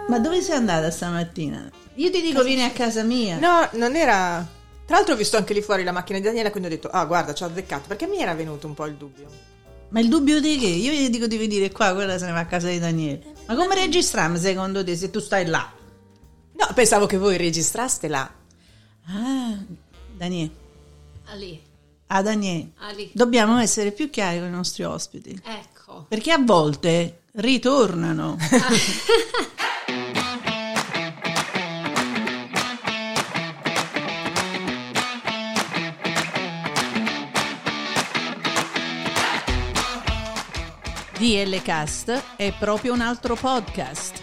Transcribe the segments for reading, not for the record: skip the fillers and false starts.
Ma dove sei andata stamattina? Io ti dico vieni a casa mia. No, non era... Tra l'altro ho visto anche lì fuori la macchina di Daniela, quindi ho detto, guarda, ci ho azzeccato, perché mi era venuto un po' il dubbio. Ma il dubbio di che? Io gli dico di venire qua, quella se ne va a casa di Daniele. Ma come registriamo secondo te se tu stai là? No, pensavo che voi registraste là. Ah, Daniele. Ali. Daniele. Ali. Dobbiamo essere più chiari con i nostri ospiti. Ecco. Perché a volte ritornano. DL Cast è proprio un altro podcast.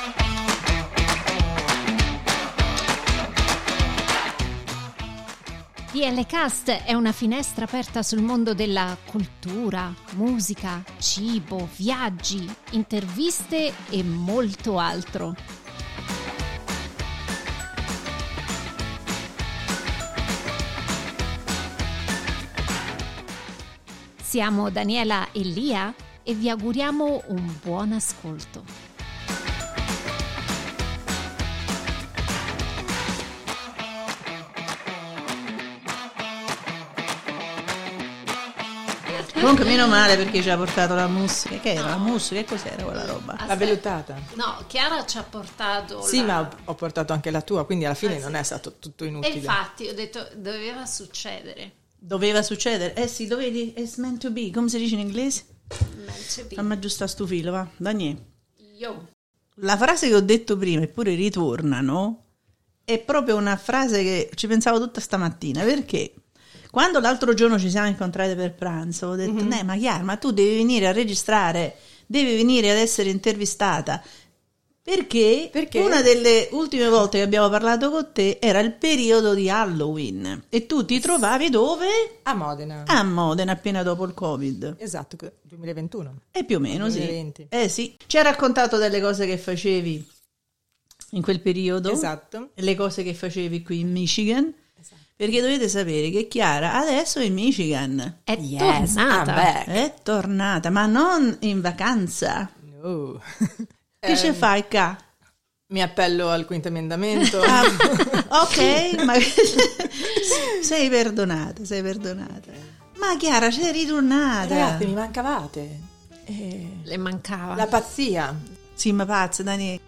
DL Cast è una finestra aperta sul mondo della cultura, musica, cibo, viaggi, interviste e molto altro. Siamo Daniela e Lia e vi auguriamo un buon ascolto. Comunque meno male perché ci ha portato la mousse. Che era la mousse? Che cos'era quella roba? Aspetta. La vellutata. No, Chiara ci ha portato Sì, ma ho portato anche la tua, quindi alla fine non è stato tutto E inutile. infatti ho detto doveva succedere. Doveva succedere? Eh sì, dovevi. It's meant to be. Come si dice in inglese? Fammi aggiustare sto filo, va. Daniele. Io. La frase che ho detto prima, eppure ritornano, è proprio una frase che ci pensavo tutta stamattina, perché quando l'altro giorno ci siamo incontrate per pranzo, ho detto, ma Chiara, ma tu devi venire a registrare, devi venire ad essere intervistata, perché una delle ultime volte che abbiamo parlato con te era il periodo di Halloween e tu ti trovavi dove? A Modena. A Modena, appena dopo il Covid. Esatto, 2021. E più o meno, 2020. sì. Sì. Ci ha raccontato delle cose che facevi in quel periodo. Esatto. Le cose che facevi qui in Michigan. Esatto. Perché dovete sapere che Chiara adesso è in Michigan. È tornata. È tornata, ma non in vacanza. No. Che ci fai qua? Mi appello al quinto emendamento. Ok, ma sei perdonata. Ma Chiara, sei ritornata. Ragazzi, mi mancavate. Le mancava. La pazzia. Sì, ma pazza, Daniele.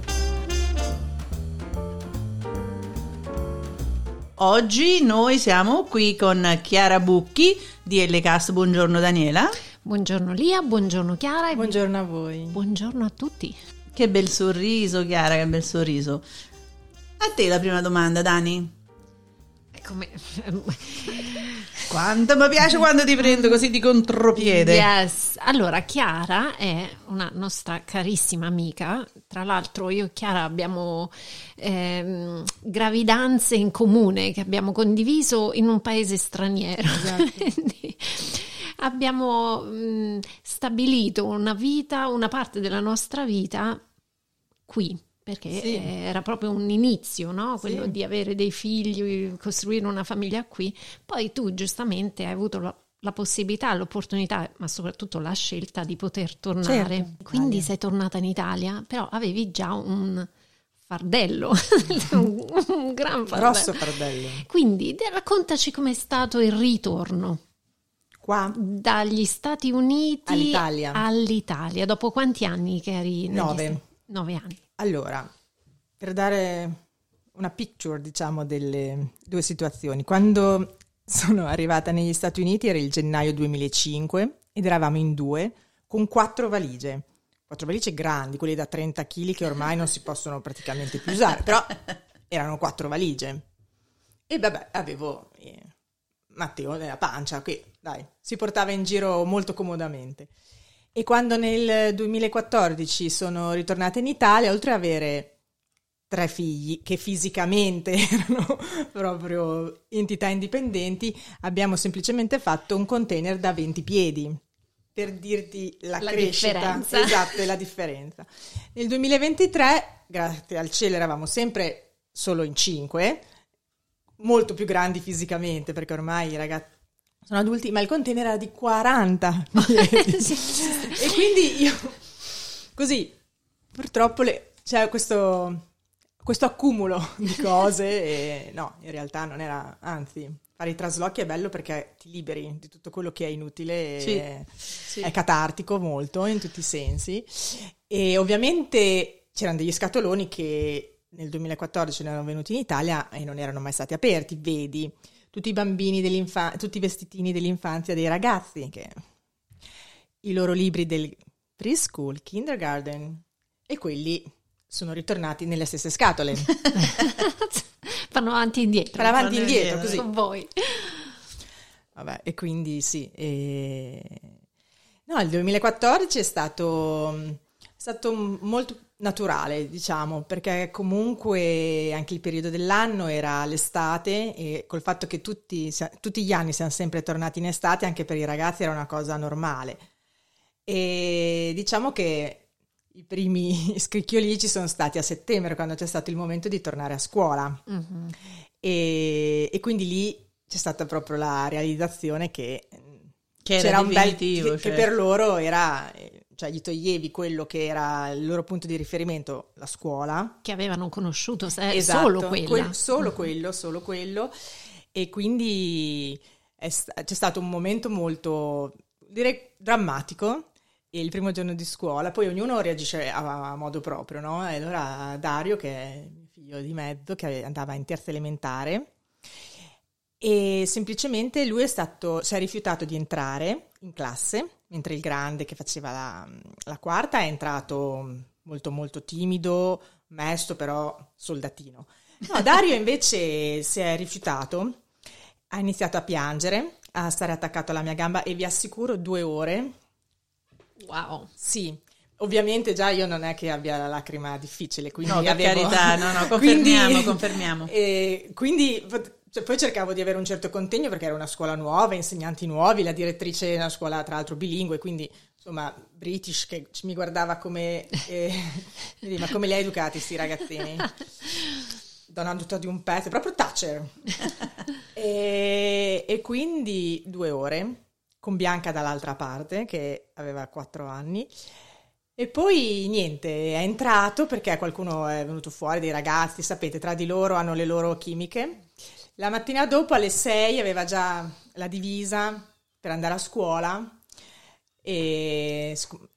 Oggi noi siamo qui con Chiara Bucchi di DL Cast. Buongiorno Daniela. Buongiorno Lia, buongiorno Chiara e Buongiorno a voi. buongiorno a tutti. Che bel sorriso, Chiara, che bel sorriso. A te la prima domanda, Dani. Come... Quanto mi piace quando ti prendo così di contropiede. Yes. Allora, Chiara è una nostra carissima amica. Tra l'altro io e Chiara abbiamo gravidanze in comune che abbiamo condiviso in un paese straniero. Esatto. Quindi abbiamo stabilito una parte della nostra vita qui. Perché Sì. era proprio un inizio, no? Quello Sì. di avere dei figli, costruire una famiglia qui. Poi tu giustamente hai avuto la possibilità, l'opportunità, ma soprattutto la scelta di poter tornare. Certo. Quindi Italia. sei tornata in Italia, però avevi già un fardello, un gran fardello. Grosso fardello. Quindi raccontaci com'è stato il ritorno Qua? dagli Stati Uniti all'Italia. Dopo quanti anni che eri? 9. 9 anni. Allora, per dare una picture, diciamo, delle due situazioni. Quando sono arrivata negli Stati Uniti era il gennaio 2005 ed eravamo in 2 con 4 valigie. 4 valigie grandi, quelle da 30 kg che ormai non si possono praticamente più usare, però erano 4 valigie. E vabbè, avevo Matteo nella pancia, che dai, si portava in giro molto comodamente. E quando nel 2014 sono ritornata in Italia, oltre ad avere 3 figli che fisicamente erano proprio entità indipendenti, abbiamo semplicemente fatto un container da 20 piedi, per dirti la crescita. Differenza. Esatto, e la differenza. Nel 2023, grazie al cielo, eravamo sempre solo in 5, molto più grandi fisicamente, perché ormai i ragazzi sono adulti, ma il container era di 40 piedi. E quindi io, così, purtroppo c'è questo accumulo di cose e no, in realtà non era, anzi, fare i traslochi è bello perché ti liberi di tutto quello che è inutile, Sì. è catartico molto in tutti i sensi, e ovviamente c'erano degli scatoloni che nel 2014 erano venuti in Italia e non erano mai stati aperti, vedi tutti i bambini tutti i vestitini dell'infanzia dei ragazzi, che i loro libri del preschool, kindergarten, e quelli sono ritornati nelle stesse scatole. Fanno avanti e indietro. Fanno avanti e indietro, così. Con voi. Vabbè, e quindi sì. No, il 2014 è stato molto naturale, diciamo, perché comunque anche il periodo dell'anno era l'estate, e col fatto che tutti gli anni siamo sempre tornati in estate, anche per i ragazzi era una cosa normale. E diciamo che i primi scricchioli ci sono stati a settembre, quando c'è stato il momento di tornare a scuola. Mm-hmm. E quindi lì c'è stata proprio la realizzazione che era c'era un bel definitivo, che per loro era, cioè gli toglievi quello che era il loro punto di riferimento, la scuola, che avevano conosciuto, esatto, solo quella. Solo quello, e quindi c'è stato un momento molto, direi, drammatico. Il primo giorno di scuola, poi ognuno reagisce a modo proprio, no? E allora Dario, che è il figlio di mezzo, che andava in terza elementare, e semplicemente lui si è rifiutato di entrare in classe, mentre il grande, che faceva la quarta, è entrato molto molto timido, mesto, però soldatino. No, Dario invece si è rifiutato, ha iniziato a piangere, a stare attaccato alla mia gamba, e vi assicuro 2 ore. Wow. Sì, ovviamente già io non è che abbia la lacrima difficile, quindi no, per carità, no, confermiamo. Quindi poi cercavo di avere un certo contegno, perché era una scuola nuova, insegnanti nuovi, la direttrice è una scuola tra l'altro bilingue, quindi insomma British, che mi guardava come ma come li hai educati sti ragazzini? Donna tutta di un pezzo, proprio Thatcher. e quindi 2 ore con Bianca dall'altra parte, che aveva 4 anni, e poi niente, è entrato perché qualcuno è venuto fuori, dei ragazzi, sapete, tra di loro hanno le loro chimiche. La mattina dopo alle 6 aveva già la divisa per andare a scuola, e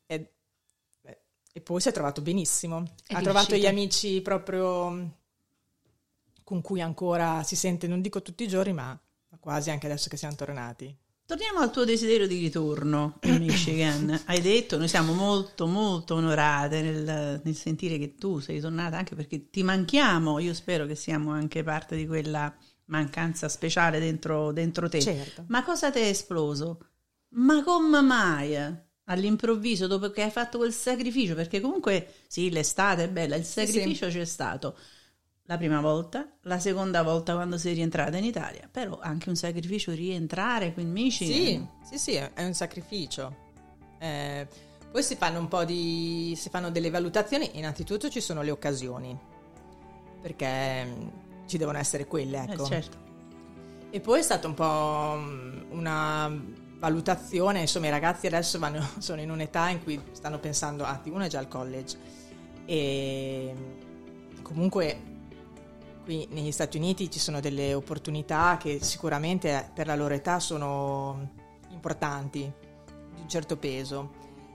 poi si è trovato benissimo. Ha trovato gli amici proprio con cui ancora si sente, non dico tutti i giorni, ma quasi, anche adesso che siamo tornati. Torniamo al tuo desiderio di ritorno in Michigan. Hai detto, noi siamo molto molto onorate nel sentire che tu sei tornata, anche perché ti manchiamo. Io spero che siamo anche parte di quella mancanza speciale dentro te. Certo. Ma cosa ti è esploso? Ma come mai all'improvviso, dopo che hai fatto quel sacrificio? Perché comunque sì, l'estate è bella, il sacrificio c'è stato la prima volta, la seconda volta quando sei rientrata in Italia, però anche un sacrificio rientrare qui in Michigan. Sì, è un sacrificio. Poi si fanno delle valutazioni. Innanzitutto ci sono le occasioni, perché ci devono essere quelle, ecco. Certo. E poi è stata un po' una valutazione, insomma, i ragazzi adesso sono in un'età in cui stanno pensando, uno è già al college, e comunque qui negli Stati Uniti ci sono delle opportunità che sicuramente per la loro età sono importanti, di un certo peso,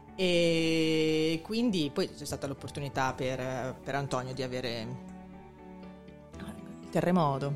e quindi poi c'è stata l'opportunità per Antonio di avere il terremoto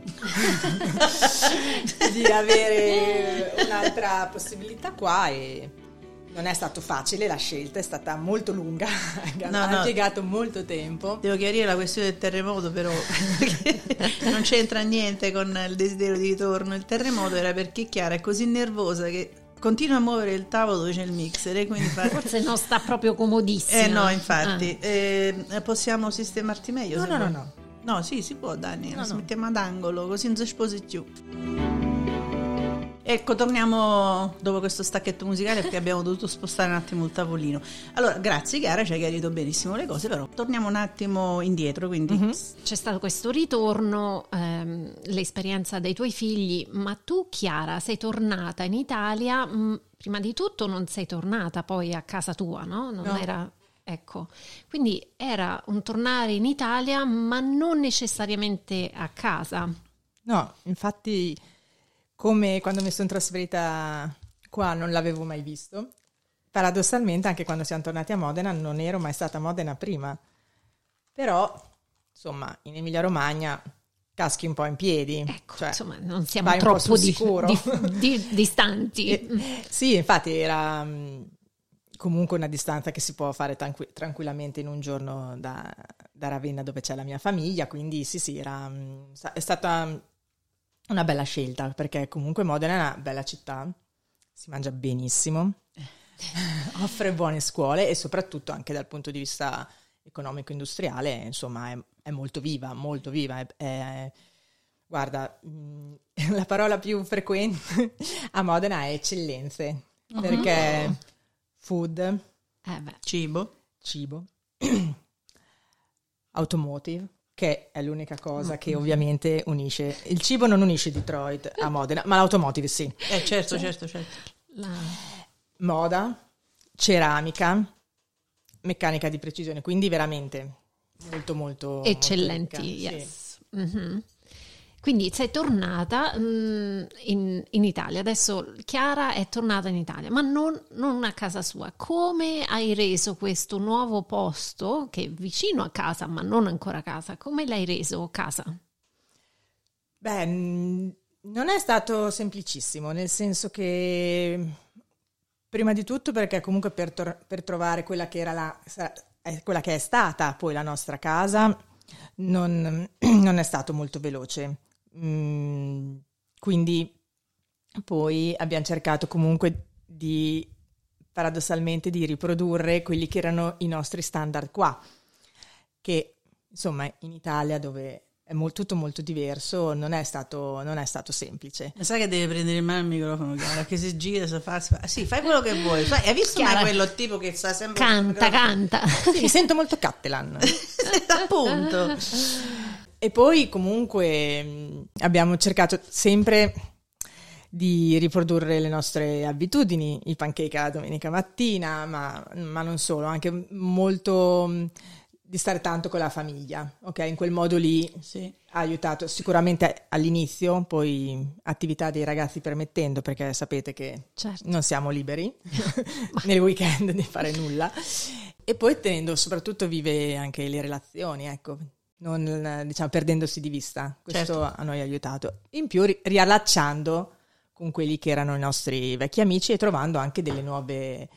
di avere un'altra possibilità qua, e non è stato facile, la scelta è stata molto lunga, ha impiegato molto tempo. Devo chiarire la questione del terremoto, però, perché non c'entra niente con il desiderio di ritorno. Il terremoto era perché Chiara è così nervosa che continua a muovere il tavolo dove c'è il mixer, e quindi forse non sta proprio comodissimo. No, infatti. Possiamo sistemarti meglio? No. No, sì, si può, Dani, ci mettiamo ad angolo, così non si sposi più. Ecco, torniamo dopo questo stacchetto musicale, perché abbiamo dovuto spostare un attimo il tavolino. Allora, grazie Chiara, ci hai chiarito benissimo le cose, però torniamo un attimo indietro, quindi c'è stato questo ritorno, l'esperienza dei tuoi figli, ma tu, Chiara, sei tornata in Italia, prima di tutto non sei tornata poi a casa tua, no? Ecco, quindi era un tornare in Italia, ma non necessariamente a casa. No, infatti, come quando mi sono trasferita qua non l'avevo mai visto. Paradossalmente, anche quando siamo tornati a Modena, non ero mai stata a Modena prima. Però, insomma, in Emilia-Romagna caschi un po' in piedi. Ecco, cioè, insomma, non siamo vai un po' troppo sul sicuro. distanti. Sì, infatti era comunque una distanza che si può fare tranquillamente in un giorno da Ravenna, dove c'è la mia famiglia, quindi sì, è stata una bella scelta, perché comunque Modena è una bella città, si mangia benissimo, offre buone scuole e soprattutto anche dal punto di vista economico-industriale, insomma, è molto viva, molto viva. Guarda, la parola più frequente a Modena è eccellenze, perché food, cibo, automotive, che è l'unica cosa che ovviamente unisce. Il cibo non unisce Detroit a Modena, ma l'automotive sì. Certo. Moda, ceramica, meccanica di precisione, quindi veramente molto eccellenti, molto yes. Sì. Mm-hmm. Quindi sei tornata in Italia, adesso Chiara è tornata in Italia, ma non a casa sua. Come hai reso questo nuovo posto, che è vicino a casa ma non ancora casa, come l'hai reso casa? Beh, non è stato semplicissimo, nel senso che prima di tutto perché comunque per trovare quella che era quella che è stata poi la nostra casa non è stato molto veloce. Quindi poi abbiamo cercato comunque paradossalmente di riprodurre quelli che erano i nostri standard qua, che insomma in Italia, dove è tutto molto diverso, non è stato semplice. Ma sai che devi prendere in mano il microfono, Chiara, che si gira, sì, fai quello che vuoi. Hai visto mai quello tipo che sta sempre canta sì, mi sento molto Cattelan. Appunto. E poi comunque abbiamo cercato sempre di riprodurre le nostre abitudini, il pancake la domenica mattina, ma non solo, anche molto di stare tanto con la famiglia, ok? In quel modo lì sì. Ha aiutato sicuramente all'inizio, poi attività dei ragazzi permettendo, perché sapete che certo. Non siamo liberi nel weekend di fare nulla, e poi tenendo soprattutto vive anche le relazioni, ecco, non diciamo perdendosi di vista, questo certo. A noi ha aiutato, in più riallacciando con quelli che erano i nostri vecchi amici e trovando anche delle nuove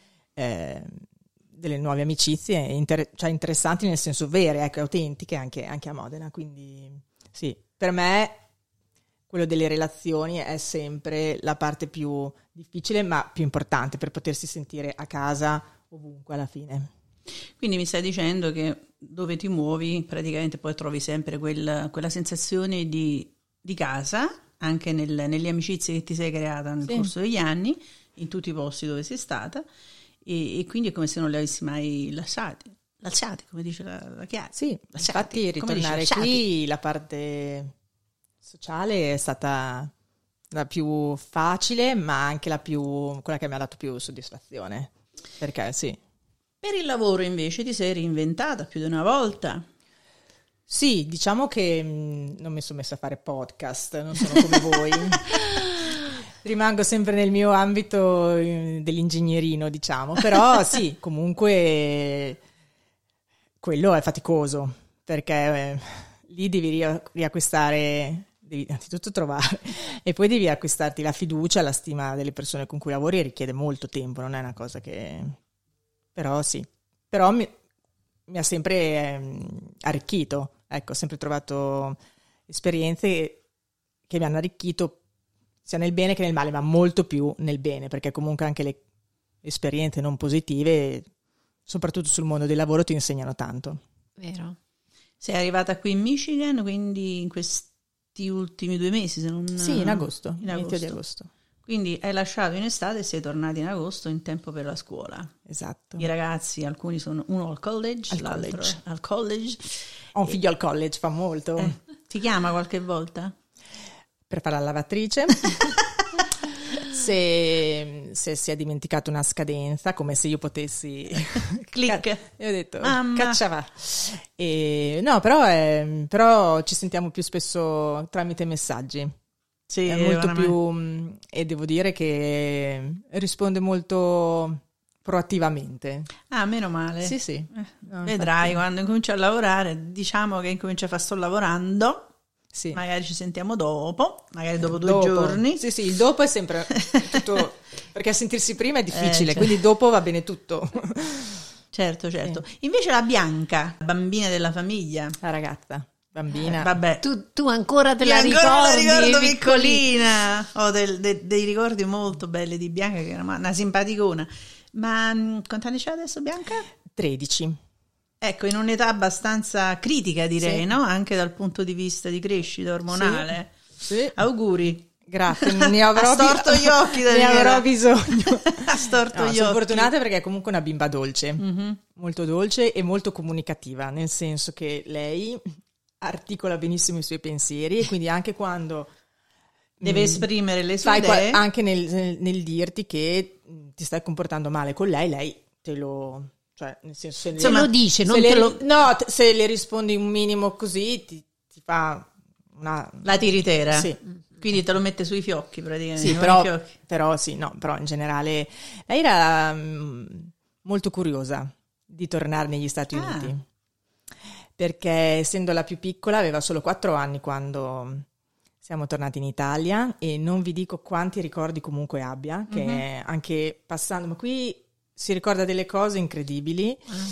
amicizie cioè interessanti nel senso vere, ecco, autentiche anche a Modena. Quindi sì, per me quello delle relazioni è sempre la parte più difficile ma più importante per potersi sentire a casa ovunque alla fine. Quindi mi stai dicendo che dove ti muovi praticamente poi trovi sempre quella sensazione di casa, anche nelle amicizie che ti sei creata nel corso degli anni, in tutti i posti dove sei stata, e quindi è come se non li avessi mai lasciati, come dice la Chiara. Sì, infatti ritornare qui, la parte sociale è stata la più facile, ma anche quella che mi ha dato più soddisfazione, perché sì. Per il lavoro invece ti sei reinventata più di una volta. Sì, diciamo che non mi sono messa a fare podcast, non sono come voi. Rimango sempre nel mio ambito dell'ingegnierino, diciamo, però sì, comunque quello è faticoso, perché lì devi riacquistare, devi innanzitutto trovare e poi devi acquistarti la fiducia, la stima delle persone con cui lavori, e richiede molto tempo, non è una cosa che... Però sì, però mi ha sempre arricchito, ecco, ho sempre trovato esperienze che mi hanno arricchito sia nel bene che nel male, ma molto più nel bene, perché comunque anche le esperienze non positive, soprattutto sul mondo del lavoro, ti insegnano tanto. Vero. Sei arrivata qui in Michigan, quindi in questi ultimi 2 mesi, se non... Sì, in agosto. Inizio di agosto. Quindi hai lasciato in estate e sei tornata in agosto in tempo per la scuola. Esatto. I ragazzi, alcuni sono uno al college, l'altro al college. Ho un figlio al college, fa molto. Ti chiama qualche volta? Per fare la lavatrice. se si è dimenticato una scadenza, come se io potessi Clic. E ho detto Mamma. cacciava. E no, però ci sentiamo più spesso tramite messaggi. Sì, È molto veramente. più, e devo dire che risponde molto proattivamente. Ah, meno male. Sì, sì. No, Vedrai infatti, quando incominci a lavorare, diciamo che incomincia a fare sto lavorando, sì. magari ci sentiamo dopo, magari dopo 2 Dopo. giorni. Sì, sì, il dopo è sempre tutto, perché a sentirsi prima è difficile, certo. quindi dopo va bene tutto. Certo. Invece la Bianca, bambina della famiglia, La ragazza, bambina. vabbè, Tu ancora te la io ancora ricordi? la ricordo piccolina? piccolina. Ho dei ricordi molto belli di Bianca, che era una simpaticona. Ma quanti anni c'ha adesso Bianca? 13. Ecco, in un'età abbastanza critica, direi, Sì. no? Anche dal punto di vista di crescita ormonale. Sì. Auguri. Grazie, ne avrò Ha storto gli occhi, ne Daniela. avrò bisogno. Ha storto No, gli sono occhi. fortunata perché è comunque una bimba dolce, Mhm. molto dolce e molto comunicativa, nel senso che lei articola benissimo i suoi pensieri e quindi anche quando Deve esprimere le sue sai, idee. anche nel dirti che ti stai comportando male con lei te lo... Cioè, nel senso, se Se lo dice, non se te le, lo... no, se le rispondi un minimo così ti fa una... La tiritera. Sì. Quindi te lo mette sui fiocchi praticamente. Sì, con però, i fiocchi. però in generale lei era molto curiosa di tornare negli Stati Ah. Uniti, perché essendo la più piccola aveva solo 4 anni quando siamo tornati in Italia e non vi dico quanti ricordi comunque abbia, che anche passando, ma qui si ricorda delle cose incredibili.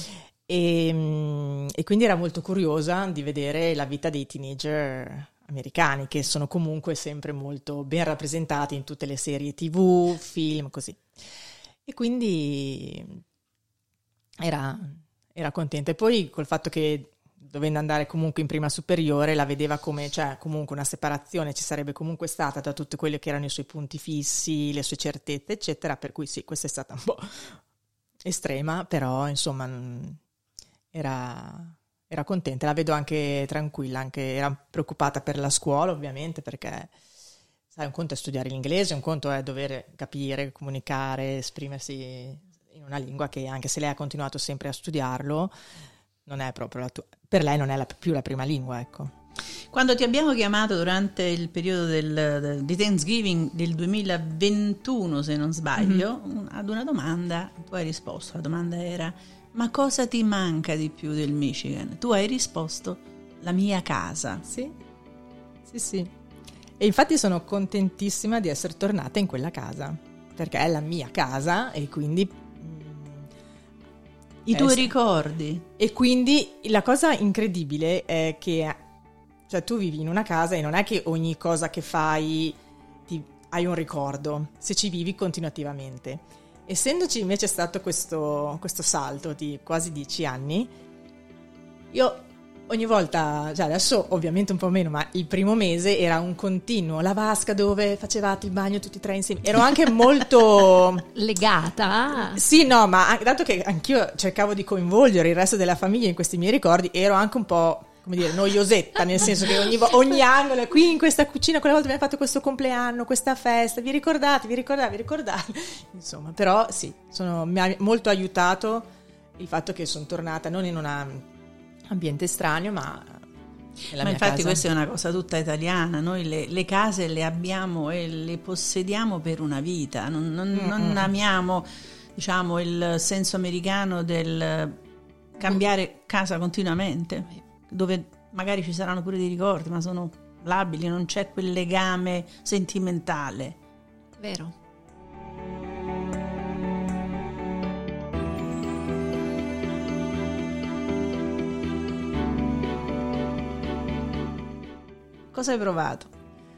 E quindi era molto curiosa di vedere la vita dei teenager americani, che sono comunque sempre molto ben rappresentati in tutte le serie TV, film, così. E quindi era contenta. E poi col fatto che dovendo andare comunque in prima superiore la vedeva come, cioè comunque una separazione ci sarebbe comunque stata da tutti quelli che erano i suoi punti fissi, le sue certezze, eccetera, per cui sì, questa è stata un po' estrema, però insomma era contenta, la vedo anche tranquilla, anche era preoccupata per la scuola ovviamente, perché sai, un conto è studiare l'inglese, un conto è dover capire, comunicare, esprimersi in una lingua che anche se lei ha continuato sempre a studiarlo, non è proprio per lei non è più la prima lingua, ecco. Quando ti abbiamo chiamato durante il periodo di Thanksgiving del 2021, se non sbaglio, ad una domanda, tu hai risposto, la domanda era: ma cosa ti manca di più del Michigan? Tu hai risposto: la mia casa. Sì. E infatti sono contentissima di essere tornata in quella casa, perché è la mia casa e quindi I tuoi ricordi. E quindi la cosa incredibile è che cioè, tu vivi in una casa e non è che ogni cosa che fai hai un ricordo, se ci vivi continuativamente. Essendoci invece stato questo salto di quasi 10 anni, io ogni volta, cioè adesso ovviamente un po' meno, ma il primo mese era un continuo, la vasca dove facevate il bagno tutti e 3 insieme. Ero anche molto... Legata? Sì, no, ma dato che anch'io cercavo di coinvolgere il resto della famiglia in questi miei ricordi, ero anche un po', come dire, noiosetta, nel senso che ogni angolo, qui in questa cucina, quella volta abbiamo fatto questo compleanno, questa festa, vi ricordate? Insomma, però sì, mi ha molto aiutato il fatto che sono tornata non in un ambiente estraneo, ma nella mia infatti casa. questa è una cosa tutta italiana, noi le case le abbiamo e le possediamo per una vita, non amiamo, diciamo, il senso americano del cambiare casa continuamente, dove magari ci saranno pure dei ricordi, ma sono labili, non c'è quel legame sentimentale. Vero. Cosa hai provato?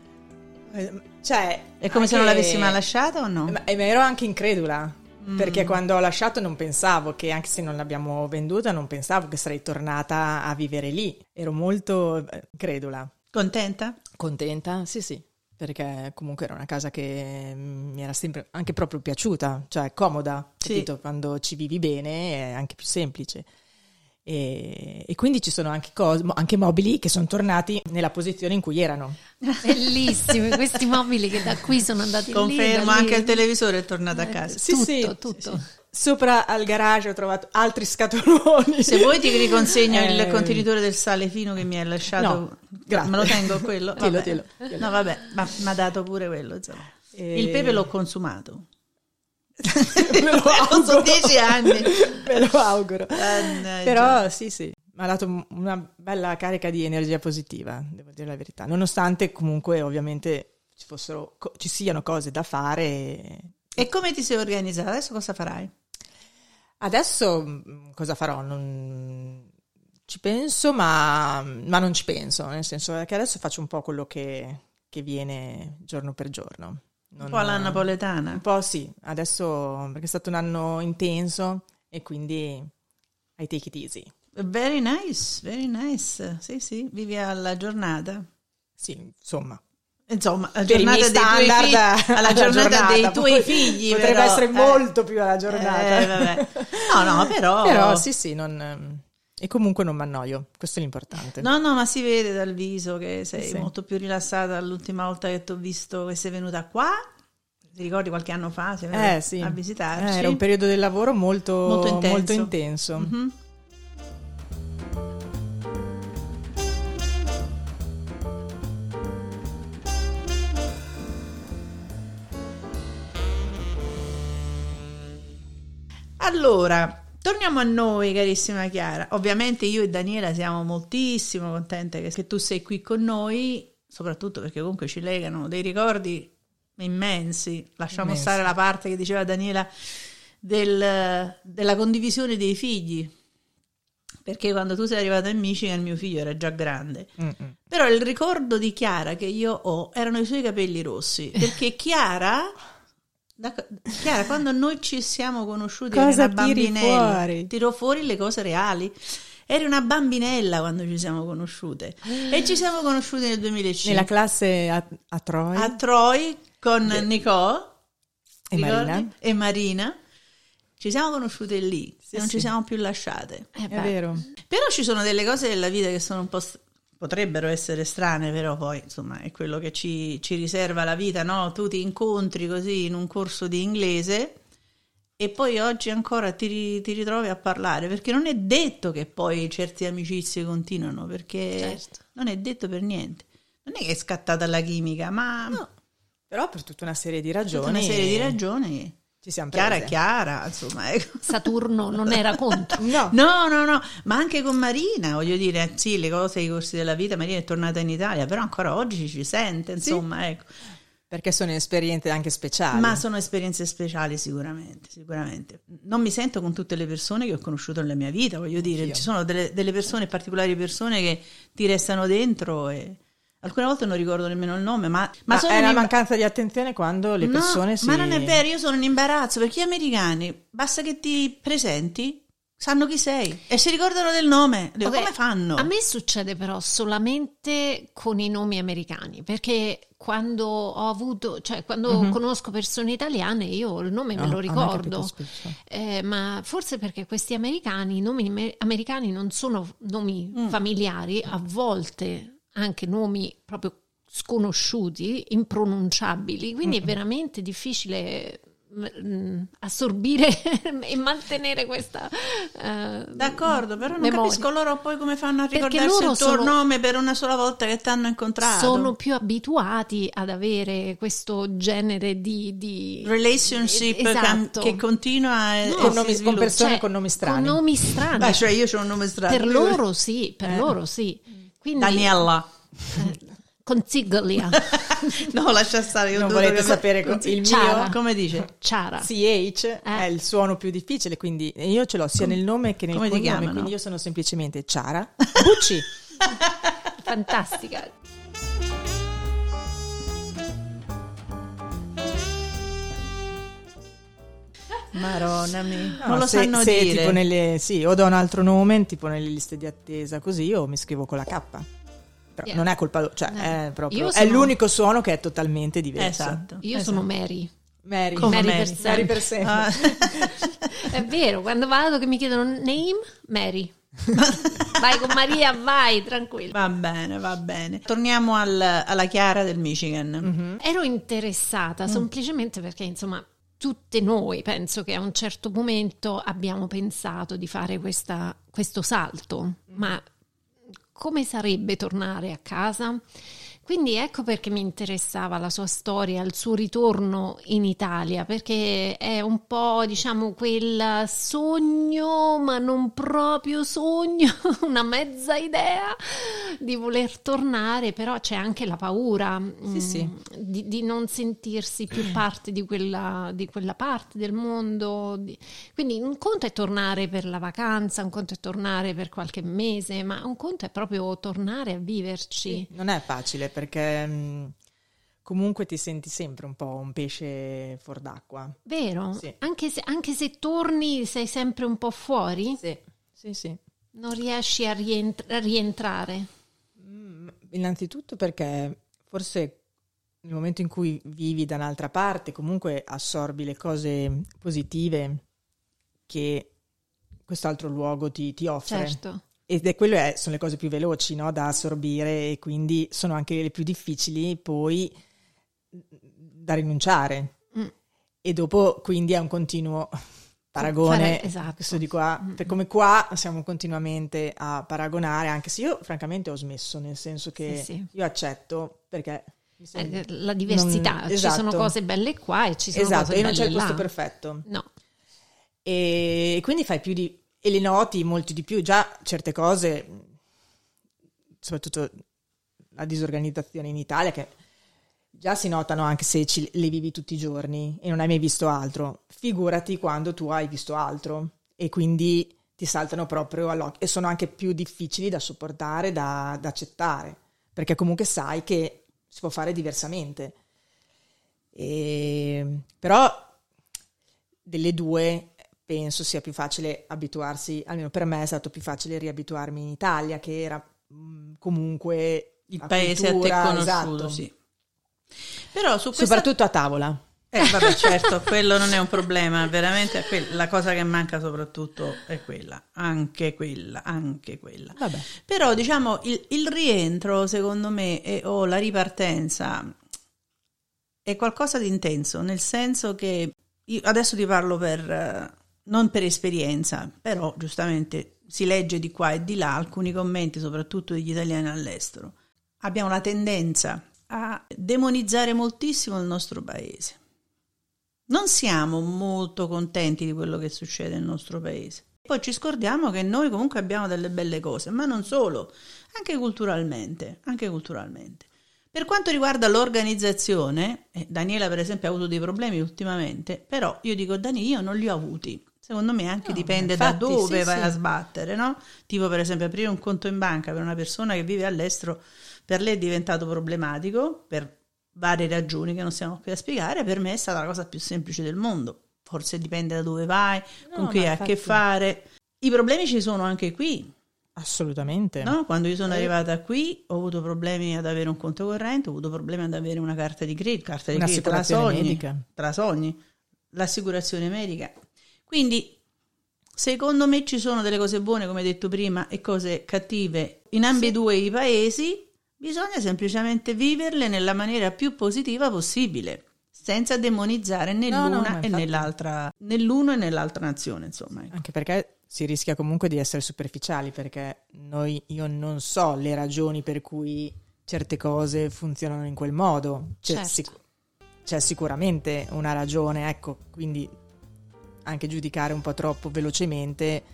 Cioè, È come se non l'avessi mai lasciata o no? Ma ero anche incredula, perché quando ho lasciato non pensavo che, anche se non l'abbiamo venduta, non pensavo che sarei tornata a vivere lì. Ero molto incredula. Contenta? Contenta? Sì, perché comunque era una casa che mi era sempre anche proprio piaciuta, cioè comoda, Sì. capito? Quando ci vivi bene è anche più semplice. E quindi ci sono anche anche mobili che sono tornati nella posizione in cui erano. Bellissimi questi mobili che da qui sono andati Confermo, lì, anche il televisore è tornato a casa. Sì, tutto. sì. Sopra al garage ho trovato altri scatoloni. Se vuoi ti riconsegno il contenitore del sale fino che mi hai lasciato. No, grazie. Me lo tengo quello? Tielo. No, vabbè, ma mi ha dato pure quello, insomma. Il pepe l'ho consumato. Me lo auguro. Sono 10 anni. Me lo auguro. Però sì, mi ha dato una bella carica di energia positiva, devo dire la verità. Nonostante comunque ovviamente ci siano cose da fare. E come ti sei organizzata? Adesso cosa farai? Adesso cosa farò? Non ci penso, ma non ci penso, nel senso che adesso faccio un po' quello che viene giorno per giorno. Un po' alla napoletana? Un po' sì, adesso perché è stato un anno intenso e quindi I take it easy. Very nice, very nice. Sì, vivi alla giornata. Sì, insomma, la per i miei standard, alla giornata dei tuoi figli. Potrebbe però, essere molto più alla giornata. Vabbè. No, però... Però sì, non... E comunque non mi annoio, questo è l'importante. No, ma si vede dal viso che sei molto più rilassata dall'ultima volta che ti ho visto che sei venuta qua. Ti ricordi qualche anno fa? Sì. A visitarci. Era un periodo del lavoro molto intenso. Molto intenso. Mm-hmm. Allora, torniamo a noi, carissima Chiara. Ovviamente io e Daniela siamo moltissimo contente che tu sei qui con noi, soprattutto perché comunque ci legano dei ricordi immensi. Lasciamo stare la parte che diceva Daniela della condivisione dei figli, perché quando tu sei arrivata in Michigan mio figlio era già grande. Però il ricordo di Chiara che io ho erano i suoi capelli rossi, perché Chiara, quando noi ci siamo conosciuti, cosa eri una bambinella, tirò fuori le cose reali. Eri una bambinella quando ci siamo conosciute e ci siamo conosciuti nel 2005 nella classe a Troy. A Troy con Nicole e Marina. Ci siamo conosciute lì e non ci siamo più lasciate. È vero. Però ci sono delle cose della vita che sono un po' potrebbero essere strane, però poi insomma è quello che ci riserva la vita, no? Tu ti incontri così in un corso di inglese e poi oggi ancora ti ritrovi a parlare, perché non è detto che poi certe amicizie continuano, perché non è detto per niente. Non è che è scattata la chimica, ma no, però per tutta una serie di ragioni. Tutta una serie di ragioni ci siamo prese. Chiara, insomma, ecco. Saturno non era contro. No, ma anche con Marina, voglio dire, sì, le cose, i corsi della vita, Marina è tornata in Italia, però ancora oggi ci sente, insomma, ecco. Perché sono esperienze anche speciali. Ma sono esperienze speciali sicuramente. Non mi sento con tutte le persone che ho conosciuto nella mia vita, voglio dire, ci sono delle persone, particolari persone che ti restano dentro e alcune volte non ricordo nemmeno il nome, ma sono è una mancanza di attenzione quando le persone ma non è vero, io sono in imbarazzo perché gli americani basta che ti presenti, sanno chi sei e si ricordano del nome. Dico, come fanno? A me succede però solamente con i nomi americani, perché quando ho avuto, cioè quando conosco persone italiane io il nome me lo ricordo, ma forse perché questi americani, i nomi americani non sono nomi familiari, a volte anche nomi proprio sconosciuti, impronunciabili, quindi è veramente difficile assorbire e mantenere questa d'accordo, però non memoria. Capisco loro poi come fanno a ricordarsi il tuo nome per una sola volta che ti hanno incontrato. Sono più abituati ad avere questo genere di relationship che continua con persone con nomi strani. Con nomi strani. Beh, cioè io c'ho un nome strano. Per loro sì. Quindi, Daniela. Consiglia. No, lascia stare. Non volete sapere il Ciara. mio? Come dice? Ciara. CH è il suono più difficile, quindi io ce l'ho sia nel nome che nel cognome, chiamano? quindi io sono semplicemente Ciara Bucci. Fantastica. Maronna mia. No, non lo sanno se dire. tipo o do un altro nome tipo nelle liste di attesa così, o mi scrivo con la K. Però non è colpa, cioè è proprio è l'unico suono che è totalmente diverso. Esatto. Io sono Mary per sempre. È vero, quando vado che mi chiedono name, Mary. Vai con Maria, vai, tranquillo. Va bene. Torniamo alla Chiara del Michigan. Ero interessata semplicemente perché, insomma, tutte noi penso che a un certo momento abbiamo pensato di fare questo salto, ma come sarebbe tornare a casa? Quindi ecco perché mi interessava la sua storia, il suo ritorno in Italia, perché è un po', diciamo, quel sogno, ma non proprio sogno, una mezza idea di voler tornare, però c'è anche la paura Sì. di non sentirsi più parte di quella parte del mondo. Quindi un conto è tornare per la vacanza, un conto è tornare per qualche mese, ma un conto è proprio tornare a viverci. Sì, non è facile perché comunque ti senti sempre un po' un pesce fuor d'acqua. Vero? Sì. Anche se torni sei sempre un po' fuori? Sì. Non riesci a rientrare? Innanzitutto perché forse nel momento in cui vivi da un'altra parte comunque assorbi le cose positive che quest'altro luogo ti offre. Certo. Ed sono le cose più veloci, no, da assorbire, e quindi sono anche le più difficili poi da rinunciare. E dopo quindi è un continuo paragone, esatto. questo di qua, come qua siamo continuamente a paragonare, anche se io francamente ho smesso, nel senso che Sì. io accetto, perché La diversità, ci esatto. sono cose belle qua e ci sono esatto, cose e belle non c'è il là. posto perfetto. No. E quindi fai più e le noti molto di più, già certe cose, soprattutto la disorganizzazione in Italia, che già si notano anche se le vivi tutti i giorni e non hai mai visto altro, figurati quando tu hai visto altro, e quindi ti saltano proprio all'occhio e sono anche più difficili da sopportare, da accettare, perché comunque sai che si può fare diversamente. Però delle due penso sia più facile abituarsi, almeno per me è stato più facile riabituarmi in Italia, che era comunque il paese cultura, a te conosciuto, esatto. sì. Però su questa... soprattutto a tavola. Vabbè, certo, quello non è un problema, veramente la cosa che manca soprattutto è quella, anche quella. Vabbè. Però diciamo il rientro, secondo me, o la ripartenza è qualcosa di intenso, nel senso che io adesso ti parlo non per esperienza, però giustamente si legge di qua e di là alcuni commenti, soprattutto degli italiani all'estero. Abbiamo la tendenza a demonizzare moltissimo il nostro paese. Non siamo molto contenti di quello che succede nel nostro paese. Poi ci scordiamo che noi comunque abbiamo delle belle cose, ma non solo, anche culturalmente. Per quanto riguarda l'organizzazione, Daniela per esempio ha avuto dei problemi ultimamente, però io dico Dani, io non li ho avuti. Secondo me anche dipende infatti, da dove sì, vai sì. a sbattere, no? Tipo per esempio aprire un conto in banca per una persona che vive all'estero, per lei è diventato problematico per varie ragioni che non stiamo qui a spiegare. Per me è stata la cosa più semplice del mondo. Forse dipende da dove vai, con chi hai a che fare. I problemi ci sono anche qui. Assolutamente. No? Quando io sono arrivata qui ho avuto problemi ad avere un conto corrente, ho avuto problemi ad avere una carta di credito, tra sogni, l'assicurazione medica. Quindi secondo me ci sono delle cose buone, come detto prima, e cose cattive in ambedue i paesi. Bisogna semplicemente viverle nella maniera più positiva possibile, senza demonizzare né l'una e nell'altra, né l'uno e nell'altra nazione, insomma. Anche perché si rischia comunque di essere superficiali, perché io non so le ragioni per cui certe cose funzionano in quel modo. C'è sicuramente una ragione, ecco, quindi anche giudicare un po' troppo velocemente.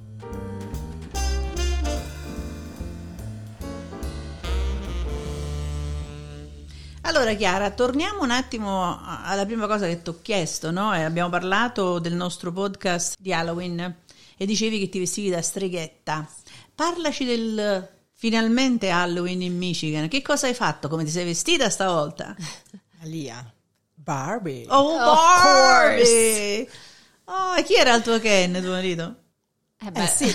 Allora Chiara, torniamo un attimo alla prima cosa che ti ho chiesto, no? Abbiamo parlato del nostro podcast di Halloween e dicevi che ti vestivi da streghetta. Parlaci del finalmente Halloween in Michigan. Che cosa hai fatto? Come ti sei vestita stavolta? Alia, Barbie. Oh, Barbie! Oh, e chi era il tuo Ken, tuo marito? Sì.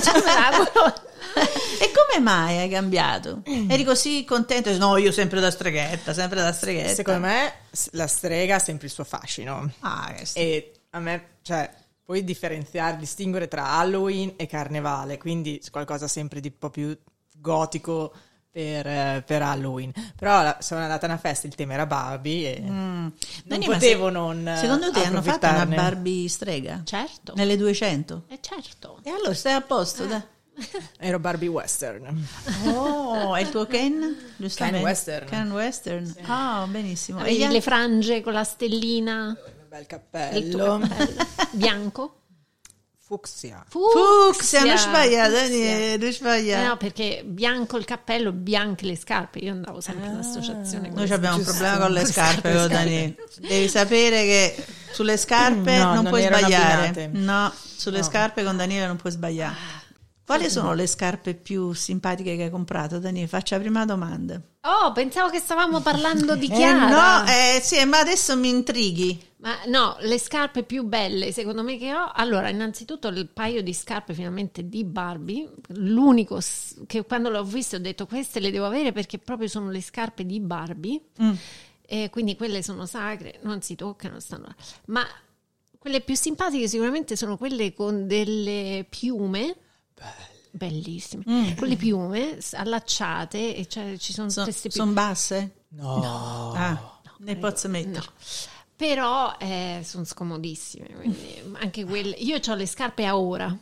E come mai hai cambiato? Eri così contento? No, io sempre da streghetta. Secondo me la strega ha sempre il suo fascino. Ah, e a me, cioè, poi differenziare, distinguere tra Halloween e Carnevale, quindi qualcosa sempre di un po' più gotico per Halloween. Però sono andata a una festa, il tema era Barbie e non Dani, potevo non secondo te hanno fatto una approfittarne. Barbie strega? Certo. Nelle 200? Certo. E allora stai a posto, dai. Ero Barbie Western. Oh, e il tuo Ken? Giustamente. Ken Western. Ken Western. Ah, benissimo. Avevi gli le frange con la stellina, Un bel il tuo cappello. cappello bianco. Fucsia. Fucsia, non sbagliato, Dani, non sbagliato. No, perché bianco il cappello, bianche le scarpe. Io andavo sempre all'associazione con Noi le abbiamo un giusto. problema con le scarpe, con Dani. Devi sapere che sulle scarpe No, non non puoi erano sbagliare. abbinate. No, sulle No. scarpe con Daniele non puoi sbagliare. Quali sono le scarpe più simpatiche che hai comprato, Daniele? Faccia la prima domanda. Oh, pensavo che stavamo parlando di Chiara. No, sì, ma adesso mi intrighi. Ma no, le scarpe più belle secondo me che ho. Allora, innanzitutto il paio di scarpe finalmente di Barbie. L'unico che quando l'ho visto ho detto queste le devo avere perché proprio sono le scarpe di Barbie. E quindi quelle sono sacre, non si toccano, stanno là. Ma quelle più simpatiche sicuramente sono quelle con delle piume. Bellissime, con le piume allacciate e cioè ci sono queste piume. Sono basse? No. Ne posso mettere. No. Però sono scomodissime, quindi anche quelle. Io ho le scarpe a ora.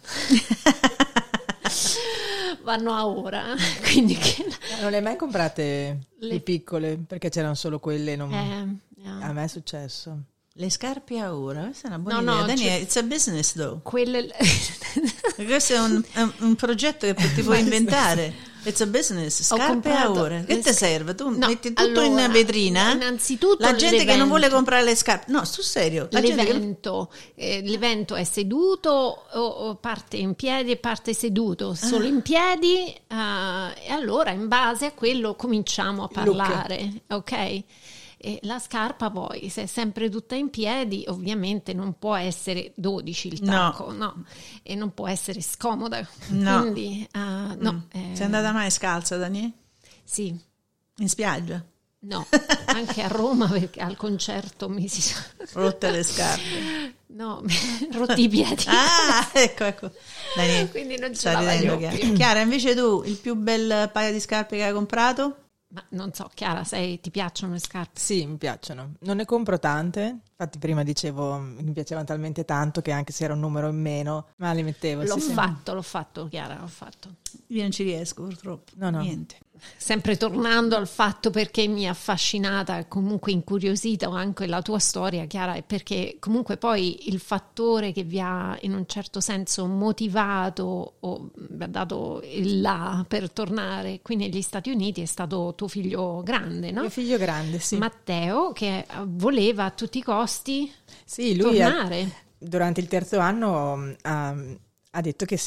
Vanno a ora, quindi Non le hai mai comprate le piccole? Perché c'erano solo quelle. no. A me è successo. Le scarpe a ora? Questa è una buona No, idea. no, Daniele, it's a business though. Quelle Questo è un progetto che ti puoi inventare. It's a business, scarpe a comprato ora. Che le ti serve? Tu No, metti tutto allora, in vetrina. innanzitutto la gente che non l'evento. vuole comprare le scarpe. No, sul serio. La gente che... l'evento è seduto o parte in piedi e parte seduto, solo in piedi e allora in base a quello cominciamo a parlare, ok? E la scarpa poi, se è sempre tutta in piedi, ovviamente non può essere 12 il tacco, no. E non può essere scomoda. No. Quindi, no. Sei andata mai scalza, Daniele? Sì, In spiaggia? no, anche a Roma perché al concerto mi si sono... Rotte le scarpe. No, rotti i piedi. Ah, ecco. Daniele, Quindi non ce sta la ridendo voglio Chiara. più. Chiara, invece tu, il più bel paio di scarpe che hai comprato? Ma non so, Chiara, ti piacciono le scarpe? Sì, mi piacciono. Non ne compro tante. Infatti prima dicevo mi piacevano talmente tanto che anche se era un numero in meno, ma li mettevo. L'ho sì. fatto, Chiara, l'ho fatto. Io non ci riesco purtroppo. No. Niente. Sempre tornando al fatto perché mi ha affascinata e comunque incuriosita anche la tua storia, Chiara, è perché comunque poi il fattore che vi ha in un certo senso motivato o vi ha dato il là per tornare qui negli Stati Uniti è stato tuo figlio grande, no? Mio figlio grande, sì. Matteo, che voleva a tutti i costi Sì, lui tornare. durante il terzo anno ha detto che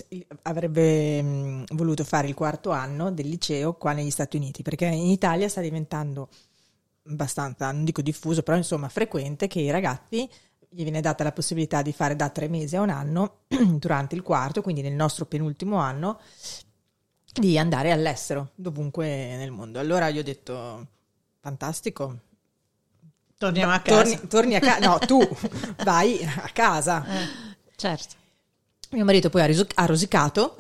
avrebbe voluto fare il quarto anno del liceo qua negli Stati Uniti, perché in Italia sta diventando abbastanza, non dico diffuso, però insomma frequente che i ragazzi gli viene data la possibilità di fare da 3 mesi a un anno durante il quarto, quindi nel nostro penultimo anno, di andare all'estero, dovunque nel mondo. Allora io ho detto, fantastico. Torniamo a casa. Torni a casa, no, tu vai a casa. Certo. Mio marito poi ha rosicato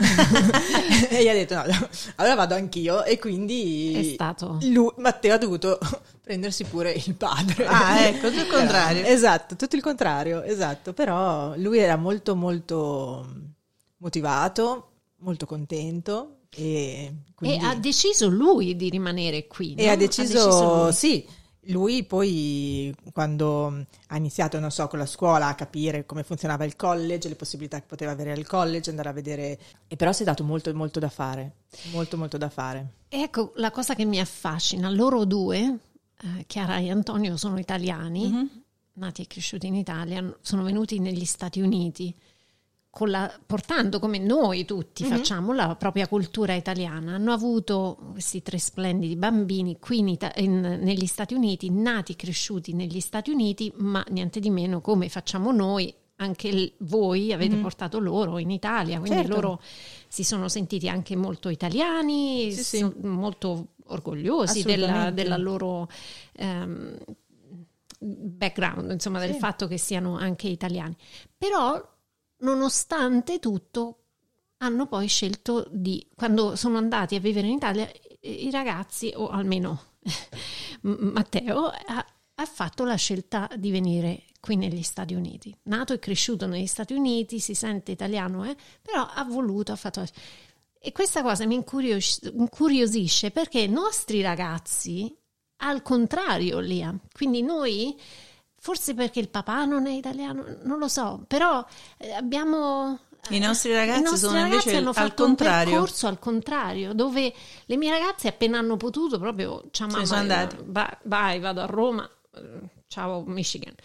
e gli ha detto no, allora vado anch'io e quindi È stato. Matteo ha dovuto prendersi pure il padre. Ah, ecco, tutto il contrario. Esatto, tutto il contrario, esatto, però lui era molto molto motivato, molto contento e quindi... ha deciso lui di rimanere qui, no? E ha deciso lui. sì. Lui poi quando ha iniziato, non so, con la scuola a capire come funzionava il college, le possibilità che poteva avere al college, andare a vedere, e però si è dato molto molto da fare, molto molto da fare. Ecco, la cosa che mi affascina, loro due, Chiara e Antonio, sono italiani, nati e cresciuti in Italia, sono venuti negli Stati Uniti, portando come noi tutti facciamo la propria cultura italiana. Hanno avuto questi 3 splendidi bambini qui negli Stati Uniti, nati e cresciuti negli Stati Uniti, ma niente di meno come facciamo noi, anche voi avete portato loro in Italia, quindi Certo. loro si sono sentiti anche molto italiani, Sì. molto orgogliosi della loro background, insomma, del fatto che siano anche italiani. Però nonostante tutto, hanno poi scelto quando sono andati a vivere in Italia, i ragazzi, o almeno Matteo, ha fatto la scelta di venire qui negli Stati Uniti. Nato e cresciuto negli Stati Uniti, si sente italiano, però ha fatto... E questa cosa mi incuriosisce, perché i nostri ragazzi, al contrario, Lia, quindi noi... Forse perché il papà non è italiano, non lo so, però abbiamo... I nostri ragazzi sono invece hanno al fatto contrario. Un percorso al contrario, dove le mie ragazze appena hanno potuto proprio... Ciao mamma, sono andate. Vai, vado a Roma, ciao Michigan.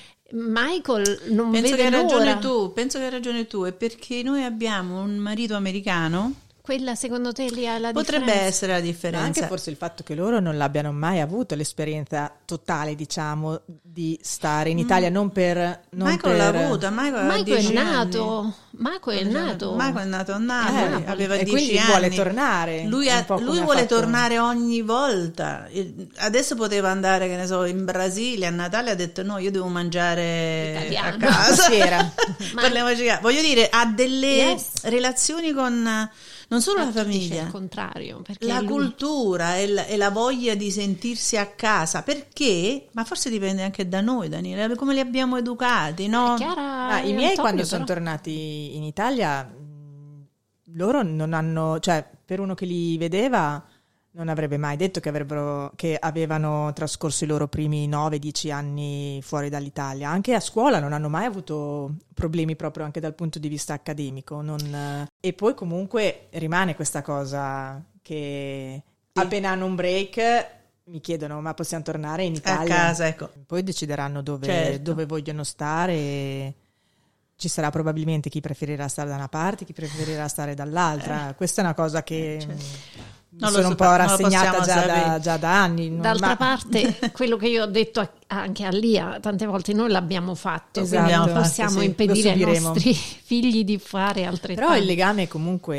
Michael non Penso vede che hai ragione l'ora. tu, penso che hai ragione tu, è perché noi abbiamo un marito americano. Quella secondo te lì è la Potrebbe differenza? essere la Ma differenza. anche forse il fatto che loro non l'abbiano mai avuto l'esperienza totale, diciamo, di stare in Italia, non per... Michael l'ha avuta, Michael Michael è 10 nato, anni. Michael è nato. Michael è nato a Napoli, Napoli. aveva e 10 quindi anni. vuole tornare. Lui un po' come ha vuole fatto- tornare ogni volta. Adesso poteva andare, che ne so, in Brasile a Natale, ha detto no, io devo mangiare Italiano. a casa. Sera. Parliamoci, voglio dire, ha delle Yes. relazioni con non solo la Tu dici famiglia, il contrario, perché la lui- cultura e la voglia di sentirsi a casa, perché, ma forse dipende anche da noi, Daniele, come li abbiamo educati, no? Chiara I e miei Antonio, quando sono però. tornati in Italia, loro non hanno, cioè per uno che li vedeva non avrebbe mai detto che avevano trascorso i loro primi 9-10 anni fuori dall'Italia. Anche a scuola non hanno mai avuto problemi proprio anche dal punto di vista accademico. E poi comunque rimane questa cosa che appena hanno un break mi chiedono ma possiamo tornare in A Italia? casa, ecco. Poi decideranno Certo. dove vogliono stare e ci sarà probabilmente chi preferirà stare da una parte, chi preferirà stare dall'altra. Questa è una cosa che Non lo sono un po' non lo rassegnata possiamo sapere. già da anni. D'altra parte, quello che io ho detto anche a Lia, tante volte noi l'abbiamo fatto, Esatto. quindi non L'abbiamo possiamo fatto, sì. impedire ai Lo subiremo. nostri figli di fare altrettanto. Però il legame comunque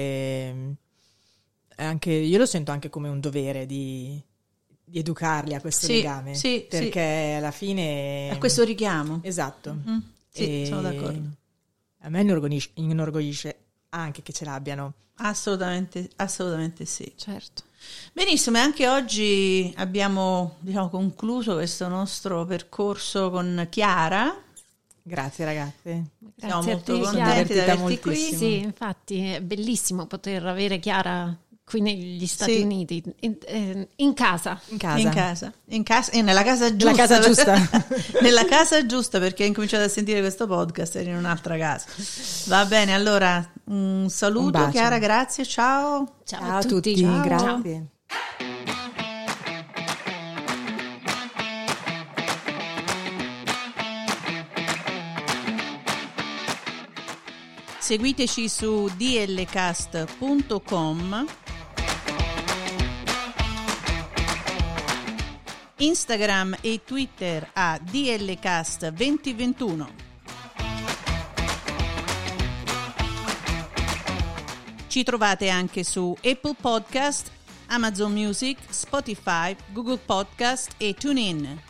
è anche, io lo sento anche come un dovere di educarli a questo Sì, legame, sì, perché alla fine A questo richiamo. esatto. Sì, E sono d'accordo. a me inorgoglisce anche che ce l'abbiano. Assolutamente, assolutamente sì. Certo. Benissimo, e anche oggi abbiamo, diciamo, concluso questo nostro percorso con Chiara. Grazie ragazze. Siamo Grazie a molto te, contenti Chiara. di averti qui. moltissimo. Sì, infatti è bellissimo poter avere Chiara qui negli Stati Sì. Uniti, in casa. In casa. E nella casa giusta. casa giusta. Nella casa giusta, perché hai incominciato a sentire questo podcast, eri in un'altra casa. Va bene, allora un saluto, Un bacio. Chiara, grazie, ciao. Ciao, a tutti, Ciao. grazie. Seguiteci su dlcast.com, Instagram e Twitter a dlcast2021. Ci trovate anche su Apple Podcast, Amazon Music, Spotify, Google Podcast e TuneIn.